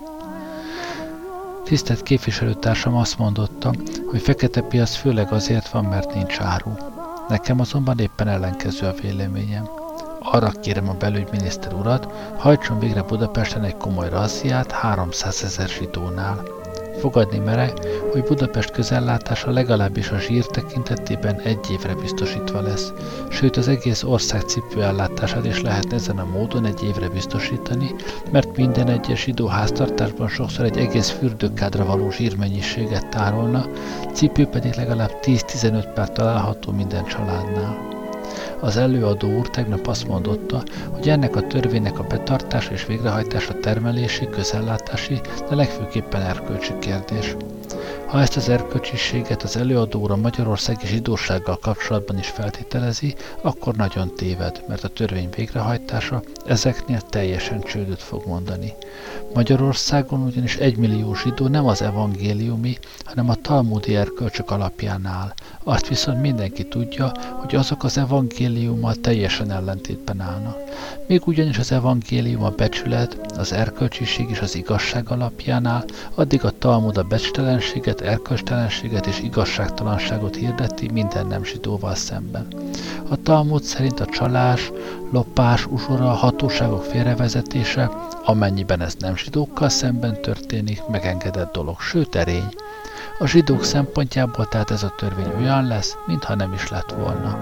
Speaker 2: Tisztelt képviselőtársam azt mondotta, hogy fekete piac főleg azért van, mert nincs áru. Nekem azonban éppen ellenkező a véleményem. Arra kérem a belügyminiszter urat, hajtson végre Budapesten egy komoly razziát 300 000 zsidónál. Fogadni merek, hogy Budapest közellátása legalábbis a zsír tekintetében 1 évre biztosítva lesz, sőt az egész ország cipőellátását is lehetne ezen a módon 1 évre biztosítani, mert minden egyes zsidó háztartásban sokszor egy egész fürdőkádra való zsírmennyiséget tárolna, cipő pedig legalább 10-15 pár található minden családnál. Az előadó úr tegnap azt mondotta, hogy ennek a törvénynek a betartása és végrehajtása termelési, közellátási, de legfőképpen erkölcsi kérdés. Ha ezt az erkölcsiséget az előadó úr a magyarországi zsidósággal kapcsolatban is feltételezi, akkor nagyon téved, mert a törvény végrehajtása ezeknél teljesen csődöt fog mondani. Magyarországon ugyanis 1 millió zsidó nem az evangéliumi, hanem a talmudi erkölcsök alapján áll. Azt viszont mindenki tudja, hogy azok az evangéliummal teljesen ellentétben állnak. Még ugyanis az evangélium a becsület, az erkölcsiség és az igazság alapján áll, addig a Talmud a becstelenséget, erkölcstelenséget és igazságtalanságot hirdeti minden nem zsidóval szemben. A Talmud szerint a csalás, lopás, uzsora, hatóságok félrevezetése, amennyiben ez nem zsidókkal szemben történik, megengedett dolog, sőt erény. A zsidók szempontjából tehát ez a törvény olyan lesz, mintha nem is lett volna.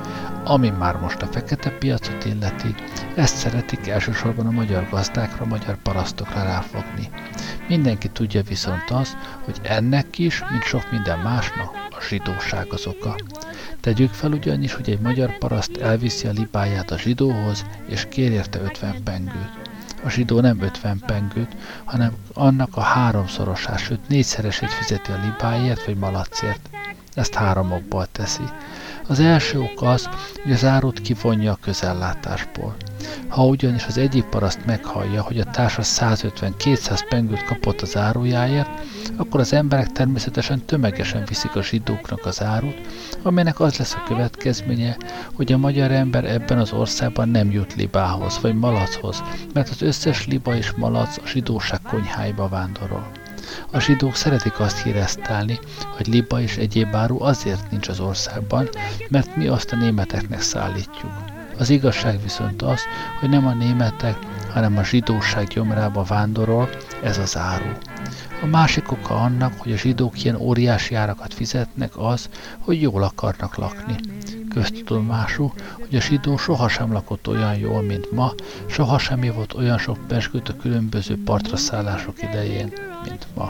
Speaker 2: Ami már most a fekete piacot illeti, ezt szeretik elsősorban a magyar gazdákra, a magyar parasztokra ráfogni. Mindenki tudja viszont az, hogy ennek is, mint sok minden másnak, a zsidóság az oka. Tegyük fel ugyanis, hogy egy magyar paraszt elviszi a libáját a zsidóhoz, és kér érte 50 pengőt. A zsidó nem 50 pengőt, hanem annak a 3-szorosát, sőt 4-szeresét fizeti a libáért vagy malacért. Ezt 3 okból teszi. Az első ok az, hogy az árut kivonja a közellátásból. Ha ugyanis az egyik paraszt meghallja, hogy a társa 150-200 pengőt kapott az árujáért, akkor az emberek természetesen tömegesen viszik a zsidóknak az árut, aminek az lesz a következménye, hogy a magyar ember ebben az országban nem jut libához vagy malachoz, mert az összes liba és malac a zsidóság konyháiba vándorol. A zsidók szeretik azt híresztelni, hogy liba és egyéb áru azért nincs az országban, mert mi azt a németeknek szállítjuk. Az igazság viszont az, hogy nem a németek, hanem a zsidóság gyomrába vándorol ez az áru. A másik oka annak, hogy a zsidók ilyen óriási árakat fizetnek az, hogy jól akarnak lakni. Köztudomású, hogy a zsidó sohasem lakott olyan jól, mint ma, sohasem ivott olyan sok pezsgőt a különböző partra szállások idején, mint ma.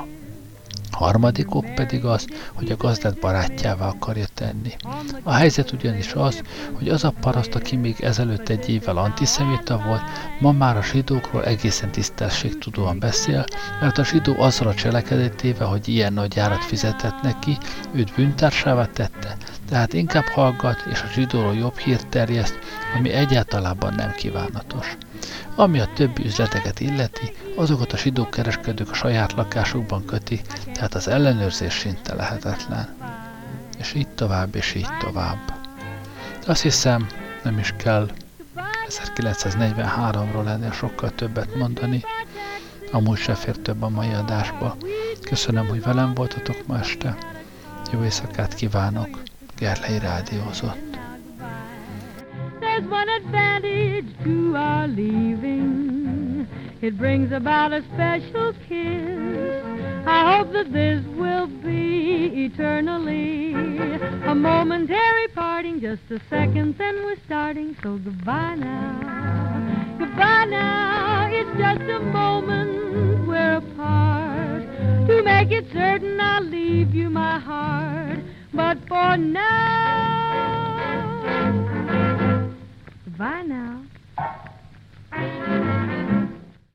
Speaker 2: Harmadik ok pedig az, hogy a gazdát barátjává akarja tenni. A helyzet ugyanis az, hogy az a paraszt, aki még ezelőtt 1 évvel antiszemita volt, ma már a zsidókról egészen tisztességtudóan beszél, mert a zsidó azzal a cselekedetével, hogy ilyen nagy árat fizetett neki, őt bűntársává tette, tehát inkább hallgat és a zsidóról jobb hírt terjeszt, ami egyáltalában nem kívánatos. Ami a többi üzleteket illeti, azokat a zsidó kereskedők a saját lakásukban köti, tehát az ellenőrzés szinte lehetetlen. És így tovább, és így tovább. De azt hiszem, nem is kell 1943-ról ennél sokkal többet mondani, amúgy se fér több a mai adásba. Köszönöm, hogy velem voltatok ma este. Jó éjszakát kívánok, Gerlei rádiózott.
Speaker 3: There's one advantage to our leaving. It brings about a special kiss. I hope that this will be eternally a momentary parting, just a second, then we're starting. So goodbye now, goodbye now. It's just a moment we're apart. To make it certain, I'll leave you my heart. But for now, goodbye now.